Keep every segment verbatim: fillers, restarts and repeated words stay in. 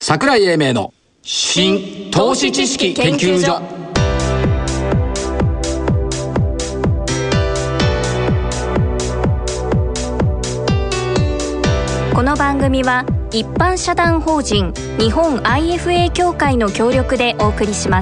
桜井英明の新投資知識研究所。 この番組は一般社団法人日本 アイエフエー 協会の協力でお送りします。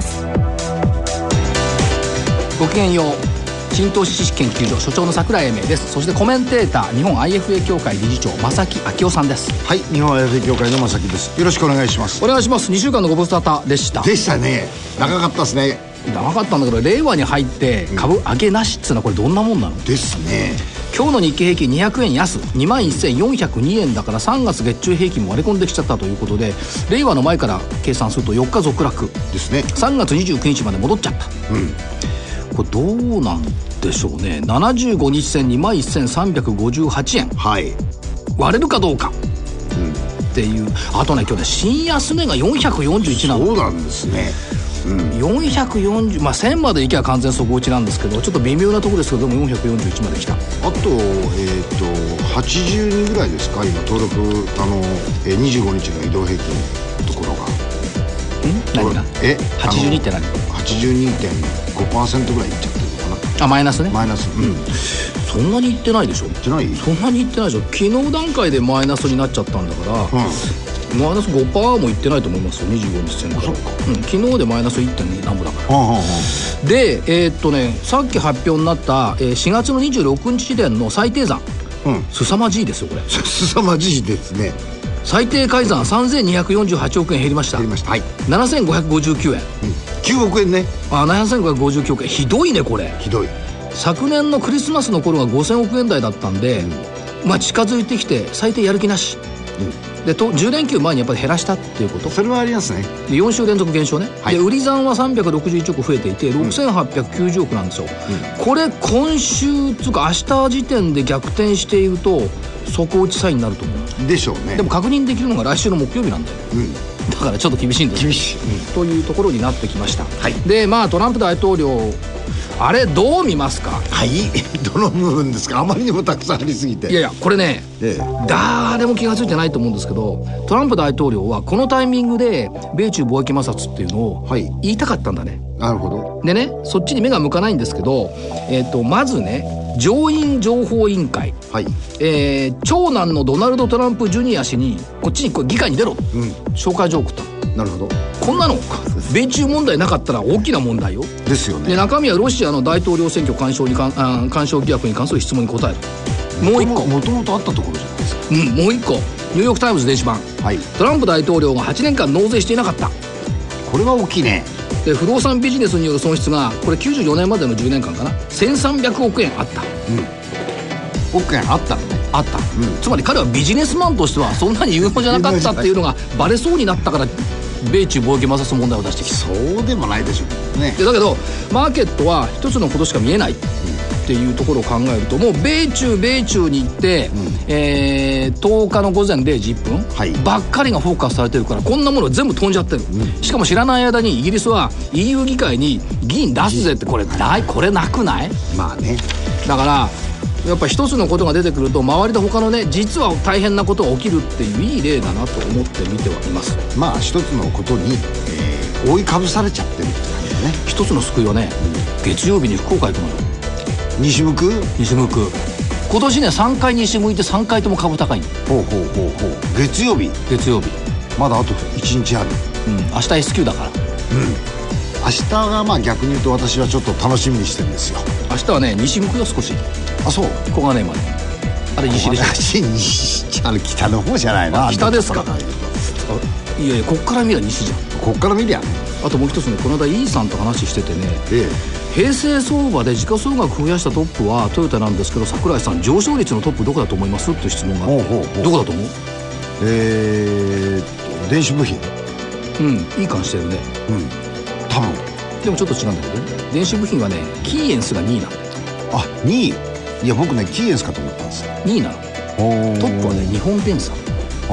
ごきげんよう、新投資知識研究所所長の桜井英明です。そしてコメンテーター日本 アイエフエー 協会理事長正木昭夫さんです。 はい、日本 アイエフエー 協会の正木です。よろしくお願いします。 お願いします。にしゅうかんのご無沙汰でしたでしたね。長かったですね。 長かったんだけど、令和に入って株上げなしっつうのはこれどんなもんなのですね。 今日の日経平均にひゃくえん安 にまんせんよんひゃくにえんだから、さんがつ月中平均も割れ込んできちゃったということで、令和の前から計算するとよっか続落ですね。 さんがつにじゅうくにちまで戻っちゃった、うん、これどうなんでしょうね。ななじゅうごにち線 にまんせんさんびゃくごじゅうはちえん、 はい、 割れるかどうか、うん、っていう。あとね、今日ね新安値がよんひゃくよんじゅういちなの。 そうなんですね、うん、 よんひゃくよんじゅう、まあせんまでいけば完全底打ちなんですけど、ちょっと微妙なところですけど、でもよんひゃくよんじゅういちまで来た。 あと、えー、とはちじゅうにんぐらいですか今登録、あの、えー、にじゅうごにちの移動平均のところが。 ん何がえはちじゅうにって何？ はちじゅうにてんごパーセント ぐらいいっちゃってるのかな。 あ、マイナスね。 マイナス、うん、 そんなにいってないでしょ。いってない。 そんなにいってないでしょ。昨日段階でマイナスになっちゃったんだから、うん、マイナス ごパーセント もいってないと思いますよ。にじゅうごにち線で。 あ、そっか、 うん、昨日でマイナス いってんに 何歩だから、 はあはあ、で、えー、っとねさっき発表になった、えー、しがつのにじゅうろくにち時点の最低算、うん、凄まじいですよこれ。 凄まじいですね。 最低改ざんさんぜんにひゃくよんじゅうはちおくえん減りました。 減りました、はい、 ななせんごひゃくごじゅうきゅうえん、うん、 きゅうおくえんね。 あ、ななせんごひゃくごじゅうきゅうおくえん、ひどいねこれ。 ひどい。 昨年のクリスマスの頃がごせんおくえん台だったんで、うん、まあ近づいてきて最低やる気なし、うん、でとじゅうれんきゅう前にやっぱり減らしたっていうこと。 それはありますね。 でよんしゅう連続減少ね、はい、で売り残はさんびゃくろくじゅういちおく増えていてろくせんはっぴゃくきゅうじゅうおくなんですよ、うん、これ今週つうか明日時点で逆転していると底打ちサインになると思うでしょうね。 でも確認できるのが来週の木曜日なんだよ、うん、だからちょっと厳しいんです。 厳しい、うん、 というところになってきました、 はい、 でまあトランプ大統領あれどう見ますか。 はいどの部分ですか。あまりにもたくさんありすぎて。 いやいやこれね、ええ、誰も気が付いてないと思うんですけど、トランプ大統領はこのタイミングで米中貿易摩擦っていうのを言いたかったんだね、 はい、なるほど。 でね、そっちに目が向かないんですけど、えー、とまずね上院情報委員会、はい、えー、長男のドナルド・トランプジュニア氏にこっちにこう議会に出ろ、うん、紹介状を送った。 なるほど。 こんなの米中問題なかったら大きな問題よ。 ですよね。 で中身はロシアの大統領選挙干渉にかんあ干渉疑惑に関する質問に答える。もう一個もともとあったところじゃないですか。 うん、もう一個ニューヨークタイムズ電子版、はい、トランプ大統領がはちねんかん納税していなかった。 これは大きいね。 で不動産ビジネスによる損失がこれきゅうじゅうよねんまでのじゅうねんかんかなせんさんびゃくおくえんあった、 うん、億円あったのね。 あった、うん、つまり彼はビジネスマンとしてはそんなに有能じゃなかったっていうのがバレそうになったから米中貿易摩擦問題を出してきた。 そうでもないでしょうね。 でだけどマーケットは一つのことしか見えないっていうところを考えると、もう米中米中に行って、うん、えー、とおかのごぜんれいじいっぷん、はい、ばっかりがフォーカスされてるから、こんなもの全部飛んじゃってる、うん、しかも知らない間にイギリスは イーユー 議会に議員出すぜって、これないこれなくない？ まあね。だからやっぱ一つのことが出てくると周りで他のね実は大変なことが起きるっていういい例だなと思って見てはいます。 まあ一つのことに、えー、覆いかぶされちゃってるって感じだね。 一つの救いはね、うん、月曜日に福岡行くのよ。 西向く西向く今年ねさんかい西向いてさんかいとも株高いの。 ほうほうほうほう。月曜日月曜日まだあといちにちある、 うん、明日 エスキュー だから、うん、 明日がまあ逆に言うと私はちょっと楽しみにしてるんですよ。明日はね西向くよ少し。 あ、そう。 小金井まで。あれ西でしょ。 西あれ北の方じゃないな。 北ですか。いやいやこっから見りゃ西じゃん。 こっから見りゃ。 あともう一つね、この間 E さんと話しててね、ええ、平成相場で時価総額増やしたトップはトヨタなんですけど、桜井さん上昇率のトップどこだと思いますっていう質問があって。ほうほうほう。どこだと思う？ えーっと電子部品。 うん、いい感じしてるね。 うん、多分。 でもちょっと違うんだけどね、電子部品はねキーエンスがにいなの。 あ、にい。いや僕ねキーエンスかと思ったんですよ。 にいなの。トップはね日本電産。 あ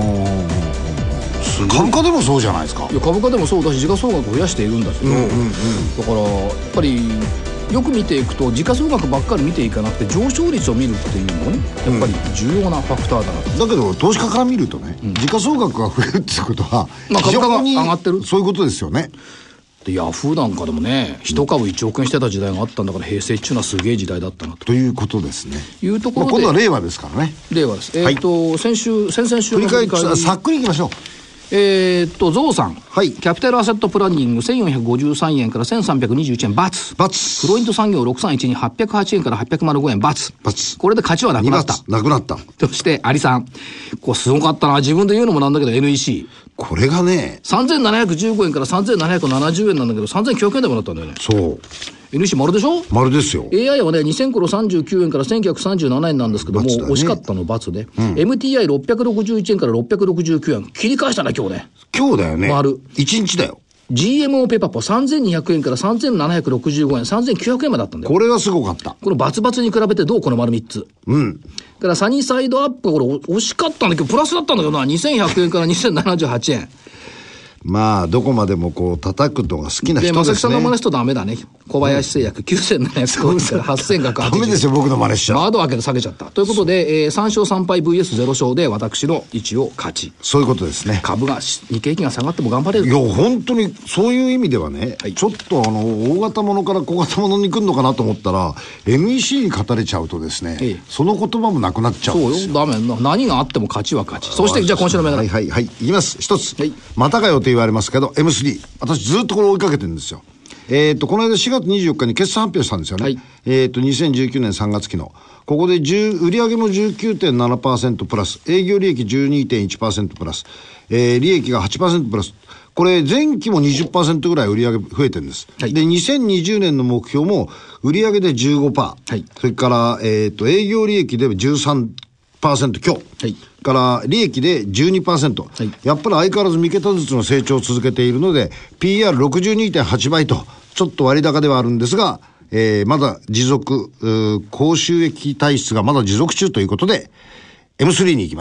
株価でもそうじゃないですか。 いや株価でもそうだし時価総額を増やしているんだけど、うんうんうん、だからやっぱりよく見ていくと時価総額ばっかり見ていかなくて上昇率を見るっていうのもねやっぱり重要なファクターだなと、 うん、だけど投資家から見るとね、うん、時価総額が増えるってことは、 まあ、株価が上がってるそういうことですよね。 でヤフーなんかでもね一株いちおく円してた時代があったんだから、平成っていうのはすげえ時代だったなとということですね。 いうところで、 まあ、今度は令和ですからね。 令和です、はい、えっ、ー、と先週先々週の振り返りさっくりいきましょう。 えー、っとゾウさん、 はい、 キャピタルアセットプランニングせんよんひゃくごじゅうさんえんからせんさんびゃくにじゅういちえん× × フロイント産業ろくさんいちにはっぴゃくはちえんからはっぴゃくごえん× × これで勝ちはなくなった。 なくなった。 そしてアリさん、これすごかったな、自分で言うのもなんだけど エヌイーシーこれがねさんぜんななひゃくじゅうごえんからさんぜんななひゃくななじゅうえんなんだけどさんぜんきゅうひゃくえんでもらったんだよね。 そうエヌイーシー 丸でしょ。 丸ですよ。 エーアイ はねにせん頃さんじゅうきゅうえんからせんきゅうひゃくさんじゅうななえんなんですけども、ね、惜しかったの×で、うん、エムティーアイろっぴゃくろくじゅういちえんからろっぴゃくろくじゅうきゅうえん切り返したね今日ね。 今日だよね。 丸いちにちだよ。 ジーエムオー ペパポさんぜんにひゃくえんからさんぜんななひゃくろくじゅうごえんさんぜんきゅうひゃくえんまでだったんだよ。 これはすごかった。 このバツバツに比べてどうこの丸みっつ。 うんからサニーサイドアップこれ惜しかったんだけどプラスだったんだけどなにせんひゃくえんからにせんななじゅうはちえん。 まあどこまでもこう叩くのが好きな人ですね。で正木さんの真似しとダメだね。小林製薬、うん、きゅうせんななひゃくごえんからはっせんひゃくはちじゅう。 ダメですよ僕の真似しちゃう。 窓開けて下げちゃったということで、えー、さん勝さん敗 ブイエスゼロ 勝で私の一応勝ち。 そういうことですね。 株が日経平均が下がっても頑張れる。 いや本当にそういう意味ではね、はい、ちょっとあの大型ものから小型ものに来るのかなと思ったら エヌイーシー に語れちゃうとですね、ええ、その言葉もなくなっちゃうんですよ。 そうよダメな。何があっても勝ちは勝ち。そしてじゃあ今週の銘柄、 はいはいはいいきます。一つ、 はい、 またかよと言われますけど エムスリー 私ずっとこれ追いかけてるんですよ。えっと、この間しがつにじゅうよっかに決算発表したんですよね。はい、えっと、にせんじゅうきゅうねんさんがつ期の。ここで10売上も じゅうきゅうてんななパーセント プラス、営業利益 じゅうにてんいちパーセント プラス、えー、利益が はちパーセント プラス。これ前期も にじゅっパーセント ぐらい売上増えてるんです。はい、で、にせんにじゅうねんの目標も売上で じゅうごパーセント。はい、それから、えっと、営業利益で じゅうさんパーセント 強。はいから利益で じゅうにパーセント、はい、やっぱり相変わらず三桁ずつの成長を続けているので ピーアールろくじゅうにてんはち 倍とちょっと割高ではあるんですが、えー、まだ持続高収益体質がまだ持続中ということで エムスリー に行きます。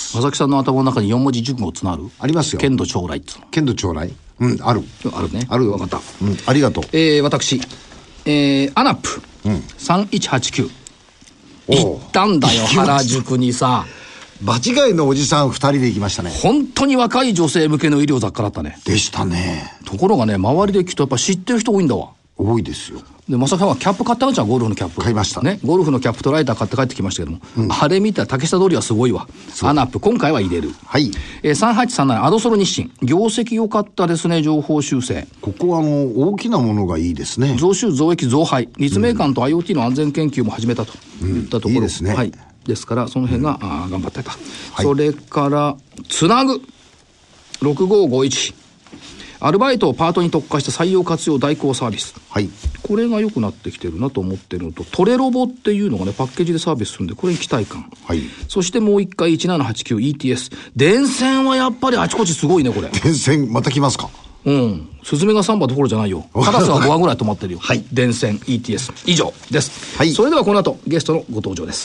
佐々木さんの頭の中によん文字熟語つなるありますよ。 剣道将来っていうの。 剣道将来うんあるあるね。 ある分かった、 うん、ありがとう。 えー、私、えー、アナップ、うん、さんいちはちきゅう行ったんだよ原宿にさ。 場違いのおじさんふたりで行きましたね。 本当に若い女性向けの医療雑貨だったね。 でしたね。 ところがね周りで聞くとやっぱ知ってる人多いんだわ。 多いですよ。 で正木さんはキャップ買ったんじゃん。ゴルフのキャップ買いましたね。ゴルフのキャップとライター買って帰ってきましたけども、うん、あれ見たら竹下通りはすごいわ。アナップ今回は入れる。 はい、 えー、さんはちさんななアドソロ日清業績良かったですね。情報修正ここはあの大きなものがいいですね。 増収増益増配立命館と アイオーティー の安全研究も始めたといったところ、うん、いいですね。はいですからその辺が、うん、あ頑張ってた、はい、それからつなぐろくごごいちアルバイトをパートに特化した採用活用代行サービス、はい、これが良くなってきてるなと思ってるのとトレロボっていうのがねパッケージでサービスするんでこれに期待感、はい、そしてもう一回いちななはちきゅうイーティーエス 電線はやっぱりあちこちすごいねこれ。 電線また来ますか。 うん。スズメがさん羽どころじゃないよ。カラスがご羽ぐらい止まってるよ。はい。電線 イーティーエス 以上です。はい。それではこの後ゲストのご登場です。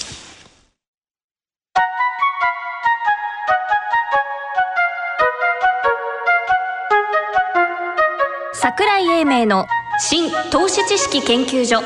桜井英明の新投資知識研究所。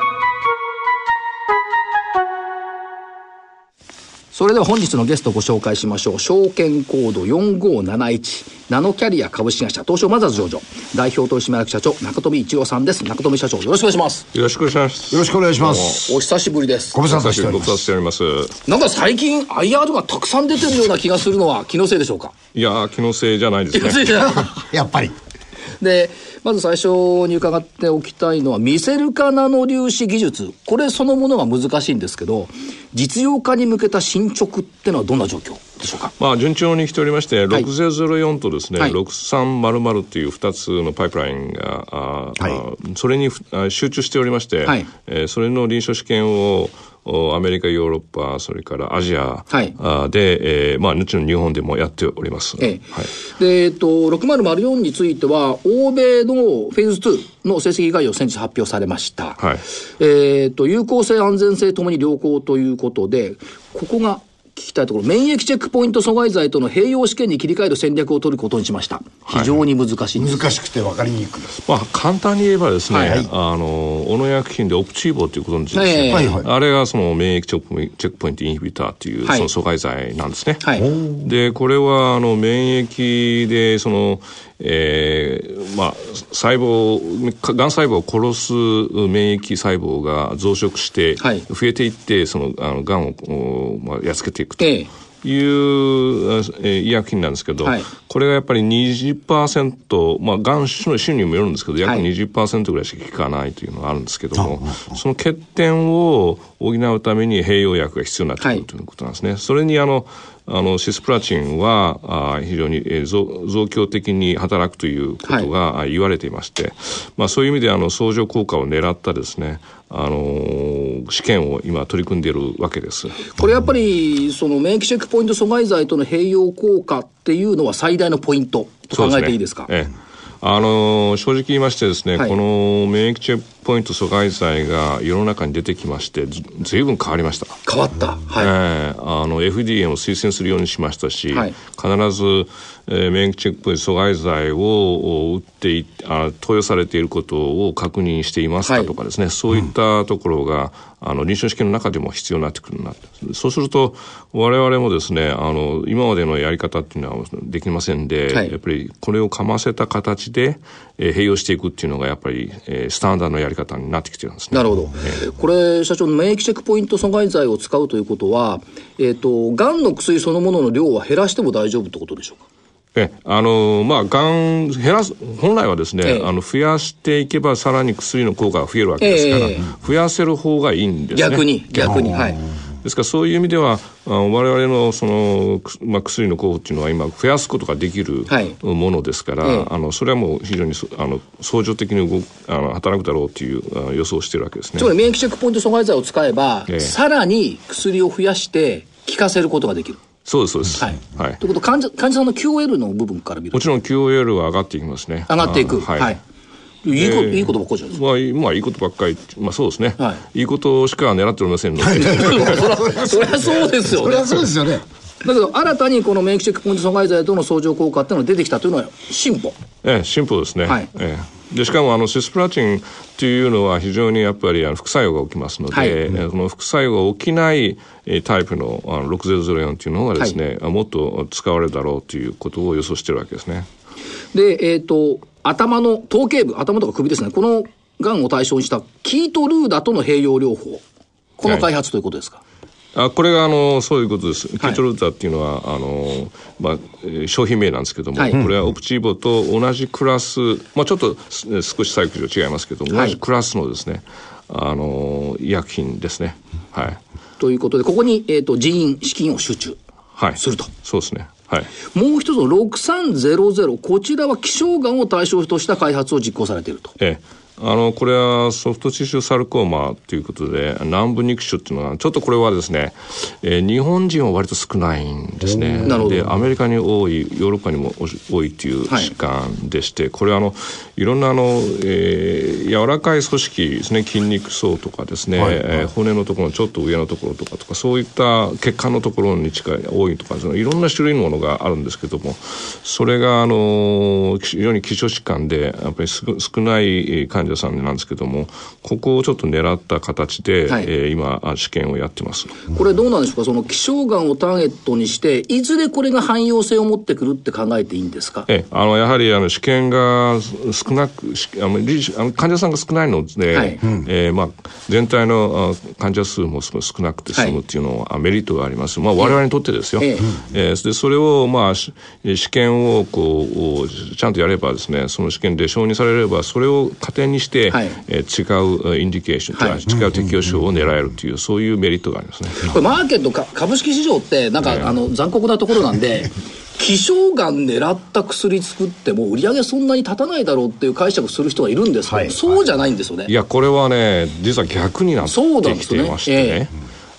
それでは本日のゲストをご紹介しましょう。証券コードよんごーなないちナノキャリア株式会社東証マザーズ上場代表取締役社長中富一郎さんです。中富社長よろしくお願いします。 よろしくお願いします。 よろしくお願いします。 お久しぶりです。 ご無沙汰しております。 ご無沙汰しております。 なんか最近アイアールがたくさん出てるような気がするのは気のせいでしょうか。 いや気のせいじゃないですね。気のせいじゃないやっぱりでまず最初に伺っておきたいのは見せる化ナノ粒子技術、これそのものが難しいんですけど実用化に向けた進捗ってのはどんな状況でしょうか。 まあ順調に来ておりまして、はい、ろくぜろぜろよんとですね、はい、ろくさんまるまるっていうふたつのパイプラインがあ、はい、それに集中しておりまして、はいえー、それの臨床試験をアメリカ、ヨーロッパ、それからアジア、はい、で、えー、まあ、後の日本でもやっております。ええはい、 で、えっと、ろくまるまるよんについては、欧米のフェーズツーの成績概要先日発表されました。はい、えっと、有効性、安全性ともに良好ということで、ここが聞きたいところ、免疫チェックポイント阻害剤との併用試験に切り替える戦略を取ることにしました。非常に難しいんです、 はい、難しくて分かりにくい。 まあ、簡単に言えばですね、はいはい、あの小野薬品でオプチーボっていうことについて、はいはい、あれがその免疫チェックポイントインヒビターっていう、はい、その阻害剤なんですね、はい、でこれはあの免疫でそのえーまあ、細胞がん細胞を殺す免疫細胞が増殖して増えていって、はい、そのあのがんを、まあ、やっつけていくという、ええ、医薬品なんですけど、はい、これがやっぱり にじゅっパーセント、まあ、がん種の種にもよるんですけど約 にじゅっパーセント ぐらいしか効かないというのがあるんですけども、はい、その欠点を補うために併用薬が必要になってくるということなんですね、はい、それにあのあのシスプラチンはあ非常に、えー、増, 増強的に働くということが、はい、言われていまして、まあ、そういう意味であの相乗効果を狙ったですね、あのー、試験を今取り組んでいるわけです。 これやっぱりその免疫チェックポイント阻害剤との併用効果っていうのは最大のポイントと考えていいですか？ そうですね、ええ、あのー、正直言いましてですね、はい、この免疫チェックポイント阻害剤が世の中に出てきましてずずいぶん変わりました。 変わった、はい、 えー、あの エフディーエー も推薦するようにしましたし、はい、必ず、えー、免疫チェックポイント阻害剤を打っていあ投与されていることを確認していますかとかですね、はい、そういったところが、うん、あの臨床試験の中でも必要になってくるな。そうすると我々もですね、あの今までのやり方っていうのはできませんで、はい、やっぱりこれをかませた形で、えー、併用していくっていうのがやっぱり、えー、スタンダードのやり方になってきてるんですね。 なるほど、えー、これ社長の免疫チェックポイント阻害剤を使うということは、えーと、がんの薬そのものの量は減らしても大丈夫ってことでしょうか？ えあのまあ、がん減らす本来はですね、ええ、あの増やしていけばさらに薬の効果が増えるわけですから、ええ、増やせる方がいいんですね。 逆に逆に、はい、 ですからそういう意味ではあの我々のその、まあ、薬の候補っていうのは今増やすことができるものですから、はい、あのそれはもう非常にあの相乗的に動くあの働くだろうという予想をしているわけですね。 つまり免疫チェックポイント阻害剤を使えば、ええ、さらに薬を増やして効かせることができる。 そうですそうです、 はいはい、ということ患者、患者さんの キューオーエル の部分から見るともちろん キューオーエル は上がっていきますね。 上がっていく、はい、はい、いいこと、いいことばっかりじゃないですか。 まあ、いい、まあ、いいことばっかり、まあそうですね、はい、いいことしか狙っておりませんのでそりゃそうですよね。 そりゃそうですよね。 だけど新たにこの免疫チェックポイント阻害剤との相乗効果っていうのが出てきたというのは進歩。 ええ、進歩ですね、はい、ええ、でしかもあのシスプラチンというのは非常にやっぱりあの副作用が起きますので、はい、うん、この副作用が起きないタイプのあのろくぜろぜろよんというのがですね、はい、もっと使われるだろうということを予想しているわけですね。 で、えーと、頭の頭頸部、頭とか首ですね、このがんを対象にしたキートルーダとの併用療法、この開発ということですか？はい、 あこれがあのそういうことです。キートルーダっていうのはあの、まあえー、商品名なんですけども、はい、これはオプチーボと同じクラス、まあ、ちょっと少しサイクル違いますけども、同じクラスのですね、あの医薬品ですね。はい、 ということでここに、えーと、人員資金を集中すると、はい、 そうですね。はい、 もう一つのろくさんぜろぜろ、こちらは希少がんを対象とした開発を実行されていると。 ええ、あのこれはソフトティッシュサルコーマということで南部肉腫っていうのはちょっとこれはですね、えー、日本人は割と少ないんですね。 なるほど。 でアメリカに多い、ヨーロッパにも多いっていう疾患でして、はい、これはあのいろんなあの、えー、柔らかい組織ですね、筋肉層とかですね、はいはい、えー、骨のところのちょっと上のところとかとかそういった血管のところに近い多いとか、いろんな種類のものがあるんですけども、それがあの非常に希少疾患でやっぱり少ない患者さんなんですけども、ここをちょっと狙った形で、はい、えー、今試験をやってます。 これどうなんでしょうか、その希少がんをターゲットにしていずれこれが汎用性を持ってくるって考えていいんですか？ えあのやはりあの試験が少なくあの患者さんが少ないので、はい、えーまあ、全体の患者数も少なくて済むっていうのは、はい、メリットがあります。まあ、我々にとってですよ、えええー、でそれを、まあ、試験をこうちゃんとやればですね、その試験で承認されればそれを糧にして、はい、えー、違うインディケーション、はい、違う適用症を狙えるという、そういうメリットがありますね。 これマーケットか株式市場ってなんか、ね、あの残酷なところなんで希少がん狙った薬作っても売り上げそんなに立たないだろうっていう解釈する人がいるんですけど、はい、そうじゃないんですよね。 いやこれはね実は逆になってきてましてね、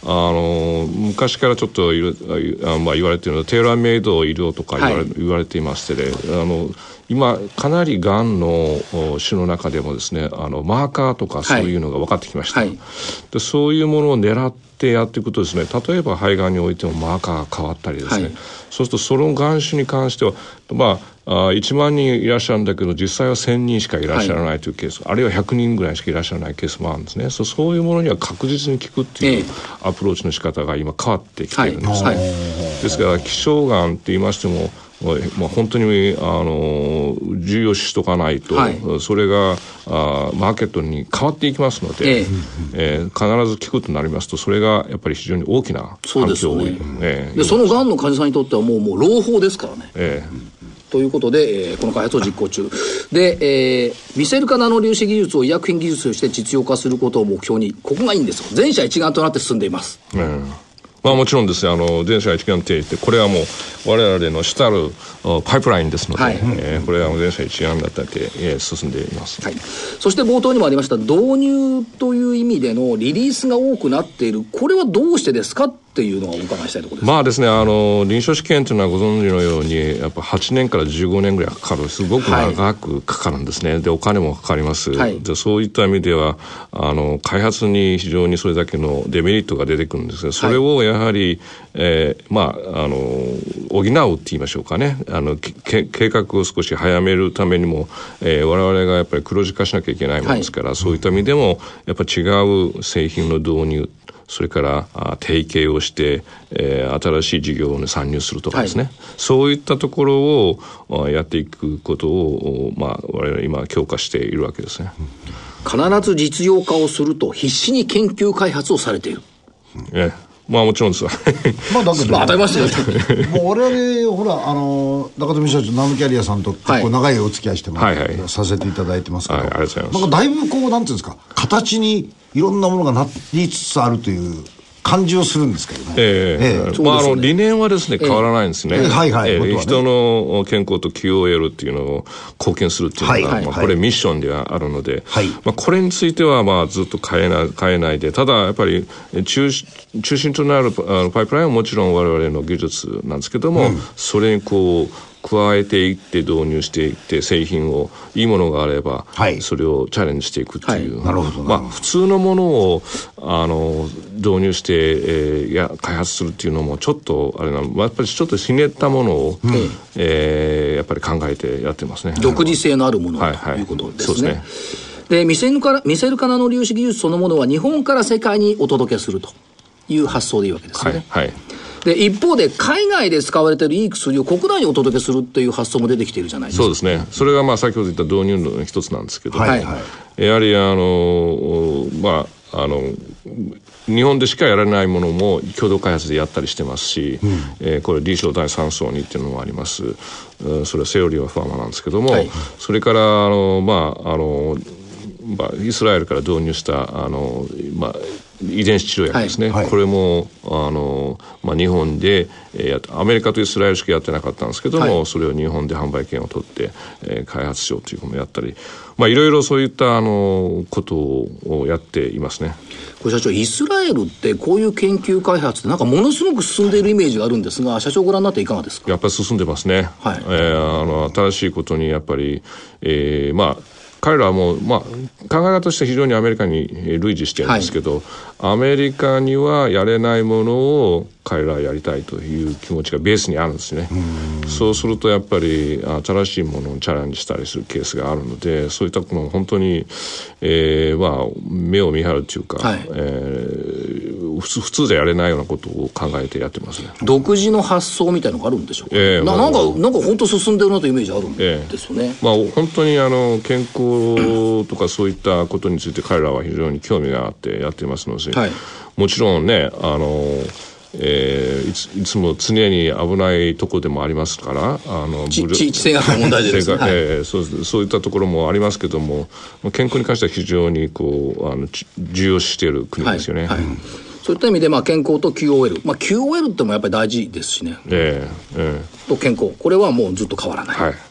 あの昔からちょっといるあ、まあ、言われているのはテーラーメイド医療とか言われ、はい、言われていましてね、あの今かなりがんの種の中でもですね、あのマーカーとかそういうのが分かってきました、はい、でそういうものを狙ってやっていくとですね、例えば肺がんにおいてもマーカーが変わったりですね、はい、そうするとそのがん種に関してはまあいちまんにんいらっしゃるんだけど実際はせんにんしかいらっしゃらないというケース、はい、あるいはひゃくにんぐらいしかいらっしゃらないケースもあるんですね。 そ, そういうものには確実に効くっていうアプローチの仕方が今変わってきているんですね、はいはい、ですから希少がんって言いましてもまあ、本当にあの重要視しとかないと、はい、それがあマーケットに変わっていきますので、えええー、必ず効くとなりますとそれがやっぱり非常に大きな反響を、ねえー、 でそのがんの患者さんにとってはもう、もう朗報ですからね、えー、ということで、えー、この開発を実行中で、えー、ミセル化ナノ粒子技術を医薬品技術として実用化することを目標に、ここがいいんですよ、全社一丸となって進んでいます、うんまあ、もちろんですね、あの全社一丸といってこれはもう我々の主たるパイプラインですので、はいえー、これは全社一丸だっただけ、えー、進んでいます、 はい、そして冒頭にもありました導入という意味でのリリースが多くなっている、これはどうしてですかっていうのはお伺いしたいところです。 まあですね、あの臨床試験というのはご存知のようにやっぱはちねんからじゅうごねんぐらいかかる、すごく長くかかるんですね、はい、でお金もかかります、はい、でそういった意味ではあの開発に非常にそれだけのデメリットが出てくるんですが、それをやはり、えー、まああの補うって言いましょうかね、あの計画を少し早めるためにも、えー、我々がやっぱり黒字化しなきゃいけないものですから、はい、そういった意味でもやっぱり違う製品の導入、それからあ提携をして、えー、新しい事業に参入するとかですね、はい、そういったところをやっていくことを、まあ、我々今強化しているわけですね。 必ず実用化をすると必死に研究開発をされている、 ええまあもちろんですわまあだけど、 まあ、当たりましたよもう我々ほらあの中富社長ナノキャリアさんと結構長いお付き合いしても、はいはいはい、させていただいてますけど、はい、ありがとうございます。なんかだいぶこうなんていうんですか、形にいろんなものがなりつつあるという感じをするんですけどね、 えーえーまあ、あの理念はですね変わらないんですね、えーはいはいえーね、人の健康と キューオーエル っていうのを貢献するっていうのが、はいはいまあ、これミッションではあるので、はいまあ、これについてはまあずっと変えな、変えないで、ただやっぱり 中, 中心となるあのパイプラインはもちろん我々の技術なんですけども、うん、それにこう加えていって導入していって製品をいいものがあれば、はい、それをチャレンジしていくっていう、はい、なるほどまあ普通のものをあの導入して、えー、や開発するっていうのもちょっとあれな、やっぱりちょっとひねったものを、うんえー、やっぱり考えてやってますね。 独自性のあるもの、はいはい、ということですね。そうですね。でミセル化ミセル化ナノ粒子技術そのものは日本から世界にお届けするという発想でいいわけですよね。はい、はいで一方で海外で使われているいい薬を国内にお届けするっていう発想も出てきているじゃないですか。 そうですね。それがまあ先ほど言った導入の一つなんですけど、はいはい、やはりあのまああの日本でしかやられないものも共同開発でやったりしてますし、うんえー、これ D 賞だいさん層にっていうのもあります。それはセオリーはファーマなんですけども、はい、それからあのまああのまあ、イスラエルから導入したあの、まあ、遺伝子治療薬ですね、はいはい、これもあの、まあ、日本で、えー、やっアメリカとイスラエルしかやってなかったんですけども、はい、それを日本で販売権を取って、えー、開発しようということもやったり、まあ、いろいろそういったあのことをやっていますね。 これ社長、イスラエルってこういう研究開発ってなんかものすごく進んでいるイメージがあるんですが、社長ご覧になっていかがですか。 やっぱり進んでますね、はいえー、あの新しいことにやっぱり、えー、まあ彼らはもう、まあ、考え方として非常にアメリカに類似してるんですけど、はい、アメリカにはやれないものを彼らはやりたいという気持ちがベースにあるんですね。うそうするとやっぱり新しいものをチャレンジしたりするケースがあるので、そういったものを本当に、えーまあ、目を見張るというか、はいえー、普通、普通でやれないようなことを考えてやってますね。 独自の発想みたいなのがあるんでしょうか、えー、な, なんかなんか本当進んでるなというイメージあるんですよね、 えーまあ、本当にあの健康とかそういったことについて彼らは非常に興味があってやっていますので、はい、もちろんねあのえー、い, ついつも常に危ないところでもありますから、あの地域性が問題ですね、はいえー、そうそういったところもありますけども、健康に関しては非常にこうあの重要視している国ですよね、はいはい、 そういった意味で、まあ、健康と キューオーエル、まあ、キューオーエル ってもやっぱり大事ですしね、えーえー、と健康、これはもうずっと変わらない、はい、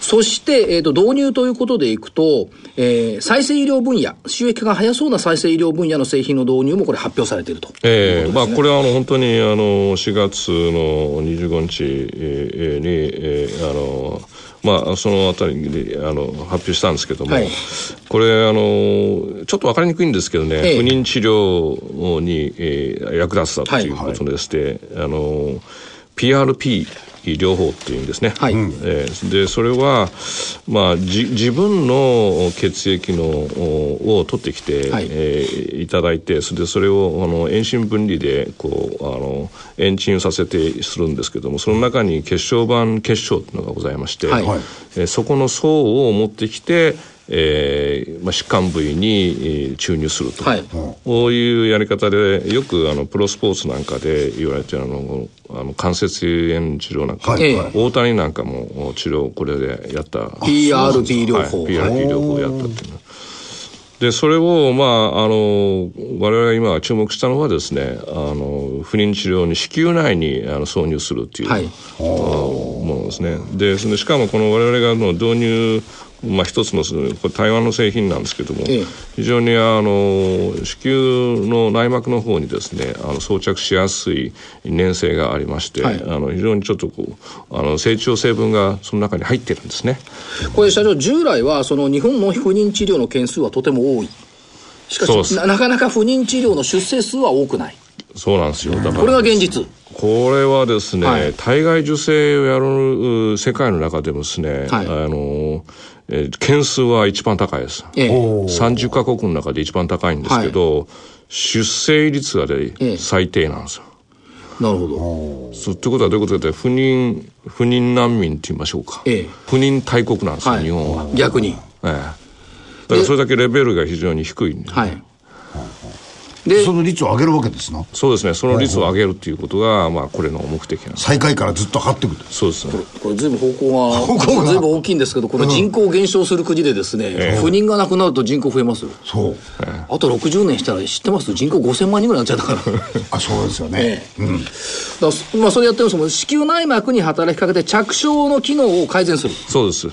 そして、えーと、導入ということでいくと、えー、再生医療分野、収益が早そうな再生医療分野の製品の導入もこれ発表されているということですね。 えー、まあ、これはあの本当にあのしがつのにじゅうごにちに、えー、あのまあ、そのあたりであの発表したんですけども、はい、これあのちょっと分かりにくいんですけどね、ええ、不妊治療に、えー、役立つだということでして、はいはい、あの ピーアールピー療法っていうんですね、はい、えー、でそれは、まあ、じ自分の血液のを取ってきて、はい、えー、いただいて、それでそれをあの遠心分離でこうあの延鎮させてするんですけども、その中に血小板結晶というのがございまして、はい、えー、そこの層を持ってきて、えーまあ、疾患部位に、えー、注入すると、はい、こういうやり方でよくあのプロスポーツなんかで言われているあのあの関節炎治療なんか、はい、大谷なんかも治療これでやったピーアールピー 療法、 はい、ピーアールピー 療法をやったっていうで、それを、まあ、あの我々が今注目したのはですね、あの不妊治療に子宮内にあの挿入するっていう、はい、ものですね。で、そのしかもこの我々がの導入、まあ、一つのこれ台湾の製品なんですけども、ええ、非常にあの子宮の内膜の方にですね、あの装着しやすい粘性がありまして、はい、あの非常にちょっとこうあの成長成分がその中に入ってるんですね。 これ社長、従来はその日本の不妊治療の件数はとても多い。しかし な, なかなか不妊治療の出生数は多くない。 そうなんですよ。だからこれが現実。 これはですね、はい、体外受精をやる世界の中でもですね、はい、あのえー、件数は一番高いです、ええ、さんじゅっカ国の中で一番高いんですけど、はい、出生率が、ね、ええ、最低なんですよ。 なるほど。 そうということはどういうことかというと、不妊不妊難民と言いましょうか、ええ、不妊大国なんですよ、はい、日本は。 逆に、ええ、だからそれだけレベルが非常に低いんで、ね、はい、 でその率を上げるわけですな。 そうですね、その率を上げるということが、まあ、これの目的なんです。 最下位からずっと上がっていく。 そうですね。 これ、これ随分方向が方向が随分大きいんですけど、この人口減少する国でですね、うん、不妊がなくなると人口増えますよ。そう、ええ、あとろくじゅうねんしたら知ってます？人口ごせんまんにんぐらいになっちゃったからあ、そうですよね、ええ、うん、 だから、まあ、それやってますもん。子宮内膜に働きかけて着床の機能を改善する。 そうです。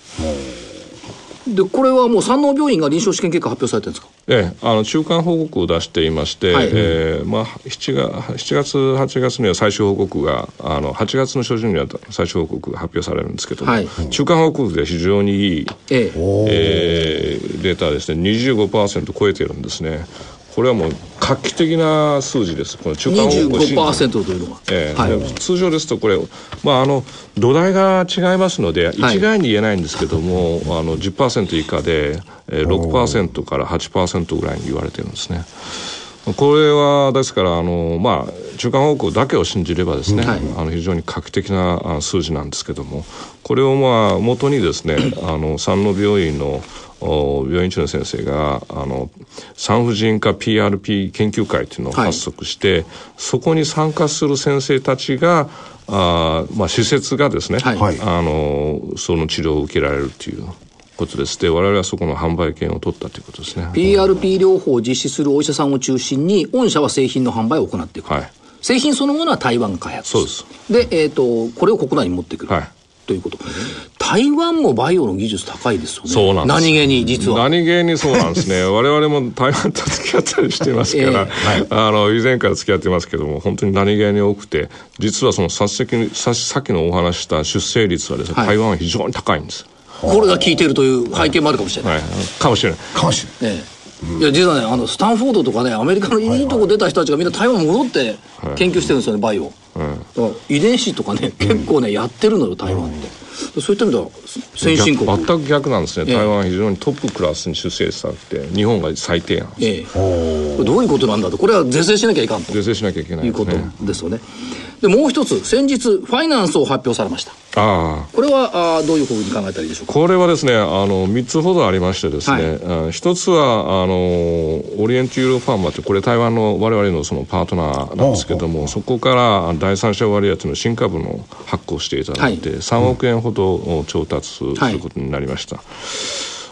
でこれはもう山王病院が臨床試験結果発表されてるんですか？ ええ、あの中間報告を出していまして、はい、えーまあ、しちがつはちがつには最終報告が、あのはちがつの初旬には最終報告が発表されるんですけども、はい、中間報告で非常にいい、えええー、データですね。 にじゅうごパーセント 超えてるんですね。これはもう画期的な数字です。この中間報告にじゅうごパーセント というのは、 えーはい、通常ですとこれ、まあ、あの土台が違いますので、はい、一概に言えないんですけども、あの じゅっパーセント 以下で、えー、ろくパーセント から はちパーセント ぐらいに言われてるんですね。これはですからあの、まあ、中間報告だけを信じればですね、はい、あの非常に画期的な数字なんですけども、これをまあ元にですね、あの山王病院の病院長の先生があの産婦人科 ピーアールピー 研究会というのを発足して、はい、そこに参加する先生たちがあ、まあ、施設がですね、はい、あのその治療を受けられるということです。で、我々はそこの販売権を取ったということですね。 ピーアールピー 療法を実施するお医者さんを中心に御社は製品の販売を行っていく、はい、製品そのものは台湾開発。 そうです。 で、えーと、これを国内に持ってくる、はい、ということ。台湾もバイオの技術高いですよね。 そうなんです。 何気に実は何気にそうなんですね我々も台湾と付き合ったりしてますから、えーはい、あの以前から付き合ってますけども、本当に何気に多くて、実はそのさっきのお話した出生率はですね、はい、台湾は非常に高いんです。 これが効いているという背景もあるかもしれない、はいはい、 かもしれないかもしれない、 ええ、うん、いや実はね、あのスタンフォードとかね、アメリカのいいとこ出た人たちがみんな台湾戻って研究してるんですよね、バイオ、はい、だから遺伝子とかね、結構ね、うん、やってるのよ台湾って、うん、そういった意味では先進国。 全く逆なんですね、ええ、台湾は非常にトップクラスに出生率があって日本が最低なんです、ええ、 これどういうことなんだと、これは是正しなきゃいかんと是正しなきゃいけない、ね、 いうことですよね。でもう一つ、先日ファイナンスを発表されました。あこれはあどういうふうに考えたらいいでしょうか。 これはですね、あのみっつほどありましてですね、はい、一つはあのオリエントユーロファーマって、これ台湾の我々のそのパートナーなんですけども、そこから第三者割当の新株の発行していただいて、はい、さんおくえんほど調達することになりました、はい、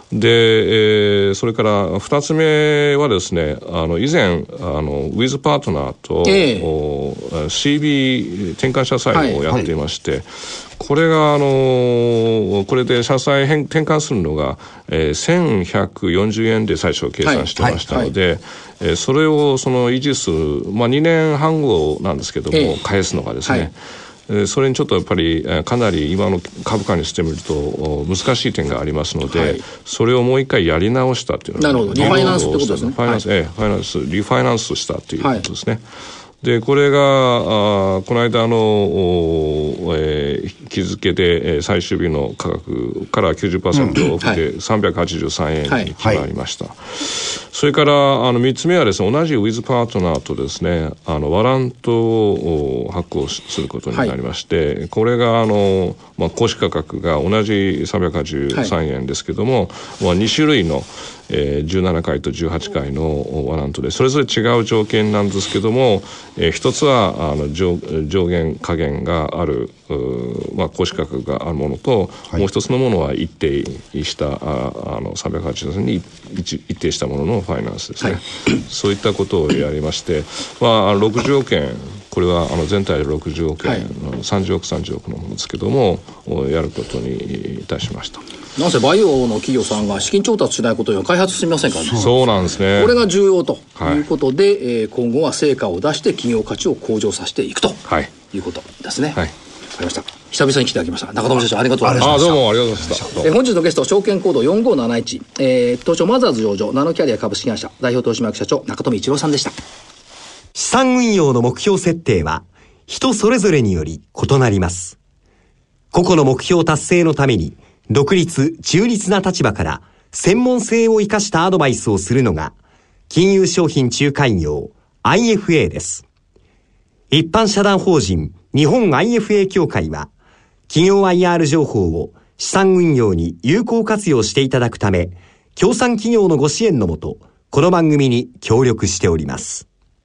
で、えー、それからふたつめはですね、あの以前あのウィズパートナーと、えー、シービー 転換社債をやっていまして、はいはい、これがあのこれで社債変転換するのが、えー、せんひゃくよんじゅうえんで最初計算してましたので、はいはいはい、えー、それをその維持する、まあ、にねんはんごなんですけども、えー、返すのがですね、はい、それにちょっとやっぱりかなり今の株価にしてみると難しい点がありますので、はい、それをもう一回やり直したっていうのが、 なるほど、リファイナンスってことですね。 ファイナンス、はい、ええ、ファイナンスリファイナンスしたっていうことですね、はい。でこれがあこの間の、えー、日付で、えー、最終日の価格から きゅうじゅっパーセント オフでさんびゃくはちじゅうさんえんに決まりました、はいはい。それからあのみっつめはですね、同じウィズパートナーとですね、あのワラントを発行することになりまして、はい、これがあの、まあ、公式価格が同じさんびゃくはちじゅうさんえんですけども、はい、まあ、に種類のえー、じゅうななかいとじゅうはちかいのワラントでそれぞれ違う条件なんですけども、えー、一つはあの 上, 上限下限がある、まあ、公式価格があるものと、はい、もう一つのものは一定したああのさんびゃくはちじゅうさんに一定したもののファイナンスですね、はい、そういったことをやりまして、まあ、ろくじゅうおくえん、これはあの全体でろくじゅうおくえん、はい、さんじゅうおくさんじゅうおくのものですけどもやることにいたしました。 なんせバイオの企業さんが資金調達しないことには開発進みませんからね。 そうなんですね。 これが重要ということで、はい、えー、今後は成果を出して企業価値を向上させていくと、はい、いうことですね。はい、わかりました。久々に来ていただきました。中友社長、ありがとうございました。 あ、どうもありがとうございました。 えー、本日のゲスト、証券コードよんごーなないち、えー、東証マザーズ上場ナノキャリア株式会社代表取締役社長中富一郎さんでした。 資産運用の目標設定は人それぞれにより異なります。個々の目標達成のために独立、中立な立場から専門性を生かしたアドバイスをするのが金融商品仲介業 アイエフエー です。一般社団法人日本 アイエフエー 協会は企業 アイアール 情報を資産運用に有効活用していただくため、協賛企業のご支援のもとこの番組に協力しております。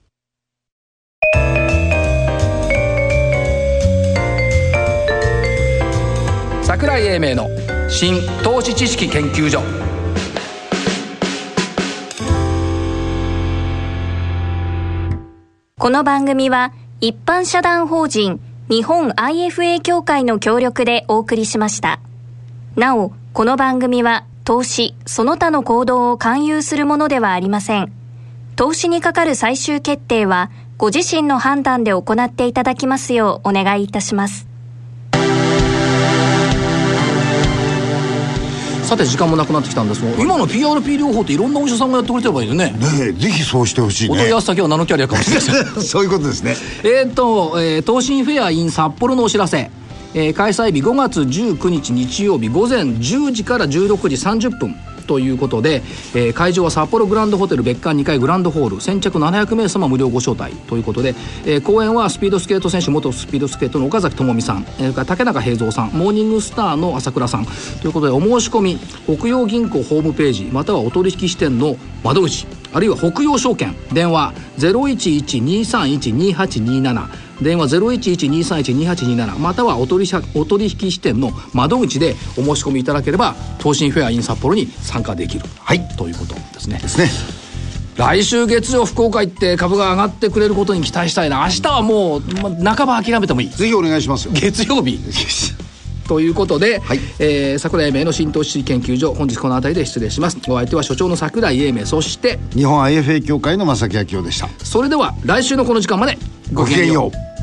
櫻井英明の新投資知識研究所。 この番組は一般社団法人日本 アイエフエー 協会の協力でお送りしました。なお、この番組は投資その他の行動を勧誘するものではありません。投資にかかる最終決定はご自身の判断で行っていただきますようお願いいたします。 さて時間もなくなってきたんですが、今の ピーアールピー 療法っていろんなお医者さんがやってくれてればいいよね。 ねえ、ぜひそうしてほしいね。 お問い合わせ先はナノキャリアかもしれないそういうことですね。 えっと、えー、東進フェア in 札幌のお知らせ、えー、開催日ごがつじゅうくにち日曜日午前じゅうじからじゅうろくじさんじゅっぷんということで、えー、会場は札幌グランドホテル別館にかいグランドホール、先着ななひゃくめいさま無料ご招待ということで、えー、講演はスピードスケート選手元スピードスケートの岡崎智美さん、えー、竹中平蔵さん、モーニングスターの朝倉さんということで、お申し込み北洋銀行ホームページまたはお取引支店の窓口、あるいは北洋証券電話 ゼロいちいちにさんいちにはちになな、電話 ゼロいちいちにさんいちにはちになな またはお取引、お取引支店の窓口でお申し込みいただければ東進フェア in 札幌に参加できる、はい、ということですね。 ですね。 来週月曜福岡行って株が上がってくれることに期待したいな。明日はもう、ま、半ば諦めてもいい。 ぜひお願いしますよ。 月曜日ということで、はい、えー、櫻井英明の新投資研究所、本日この辺りで失礼します。お相手は所長の櫻井英明、そして日本 アイエフエー 協会の正木明夫でした。 それでは来週のこの時間までごきげんよう。